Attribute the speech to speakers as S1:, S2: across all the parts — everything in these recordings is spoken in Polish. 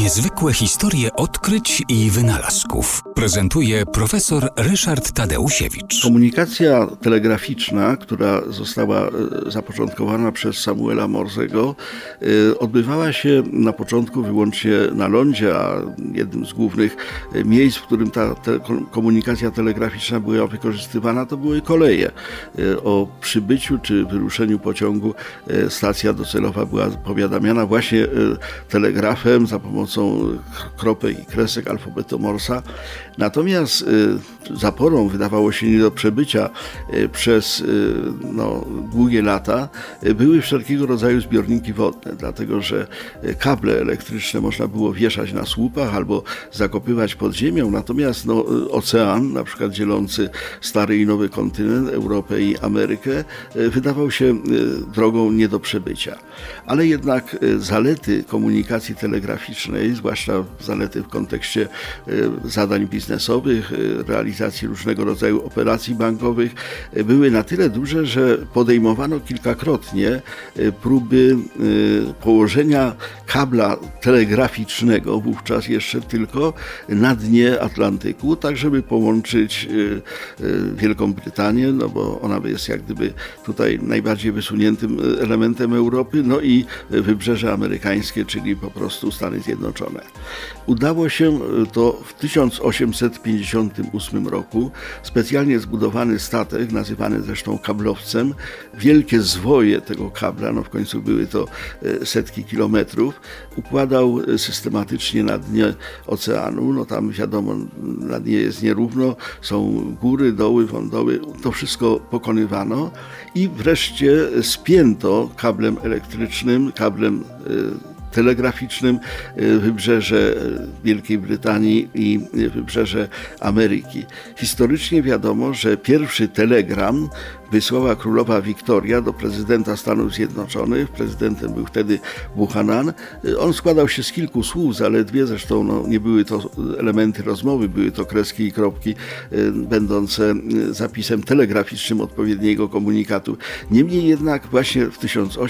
S1: Niezwykłe historie odkryć i wynalazków prezentuje profesor Ryszard Tadeusiewicz.
S2: Komunikacja telegraficzna, która została zapoczątkowana przez Samuela Morsego, odbywała się na początku wyłącznie na lądzie, a jednym z głównych miejsc, w którym ta komunikacja telegraficzna była wykorzystywana, to były koleje. O przybyciu czy wyruszeniu pociągu stacja docelowa była powiadamiana właśnie telegrafem za pomocą kropek i kresek alfabetu Morsa. Natomiast zaporą wydawało się nie do przebycia przez długie lata były wszelkiego rodzaju zbiorniki wodne, dlatego że kable elektryczne można było wieszać na słupach albo zakopywać pod ziemią, natomiast ocean, na przykład dzielący stary i nowy kontynent, Europę i Amerykę, wydawał się drogą nie do przebycia. Ale jednak zalety komunikacji telegraficznej, zwłaszcza zalety w kontekście zadań biznesowych, realizacji różnego rodzaju operacji bankowych, były na tyle duże, że podejmowano kilkakrotnie próby położenia kabla telegraficznego, wówczas jeszcze tylko na dnie Atlantyku, tak żeby połączyć Wielką Brytanię, bo ona jest jak gdyby tutaj najbardziej wysuniętym elementem Europy, i wybrzeże amerykańskie, czyli po prostu Stany Zjednoczone. Udało się to w 1858 roku. Specjalnie zbudowany statek, nazywany zresztą kablowcem, wielkie zwoje tego kabla, w końcu były to setki kilometrów, układał systematycznie na dnie oceanu. Tam wiadomo, na dnie jest nierówno, są góry, doły, wądoły, to wszystko pokonywano i wreszcie spięto kablem elektrycznym, kablem telegraficznym wybrzeże Wielkiej Brytanii i wybrzeże Ameryki. Historycznie wiadomo, że pierwszy telegram wysłała królowa Wiktoria do prezydenta Stanów Zjednoczonych. Prezydentem był wtedy Buchanan. On składał się z kilku słów zaledwie, zresztą nie były to elementy rozmowy, były to kreski i kropki będące zapisem telegraficznym odpowiedniego komunikatu. Niemniej jednak właśnie w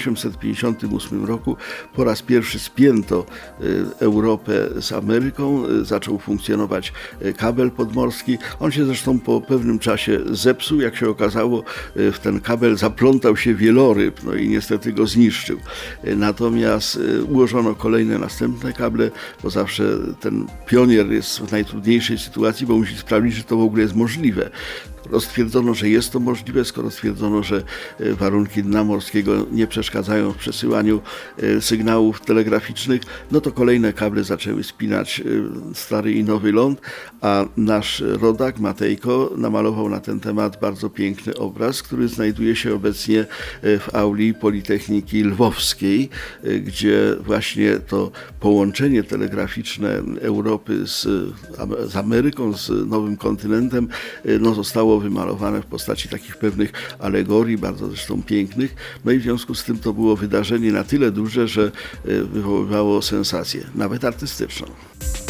S2: 1858 roku po raz pierwszy spięto Europę z Ameryką, zaczął funkcjonować kabel podmorski. On się zresztą po pewnym czasie zepsuł, jak się okazało, w ten kabel zaplątał się wieloryb, i niestety go zniszczył. Natomiast ułożono kolejne następne kable, bo zawsze ten pionier jest w najtrudniejszej sytuacji, bo musi sprawdzić, że to w ogóle jest możliwe. Stwierdzono, że jest to możliwe, skoro stwierdzono, że warunki dna morskiego nie przeszkadzają w przesyłaniu sygnałów telegraficznych, to kolejne kable zaczęły spinać stary i nowy ląd, a nasz rodak Matejko namalował na ten temat bardzo piękny obraz, który znajduje się obecnie w auli Politechniki Lwowskiej, gdzie właśnie to połączenie telegraficzne Europy z Ameryką, z nowym kontynentem, zostało wymalowane w postaci takich pewnych alegorii, bardzo zresztą pięknych. I w związku z tym to było wydarzenie na tyle duże, że wywoływało sensację, nawet artystyczną.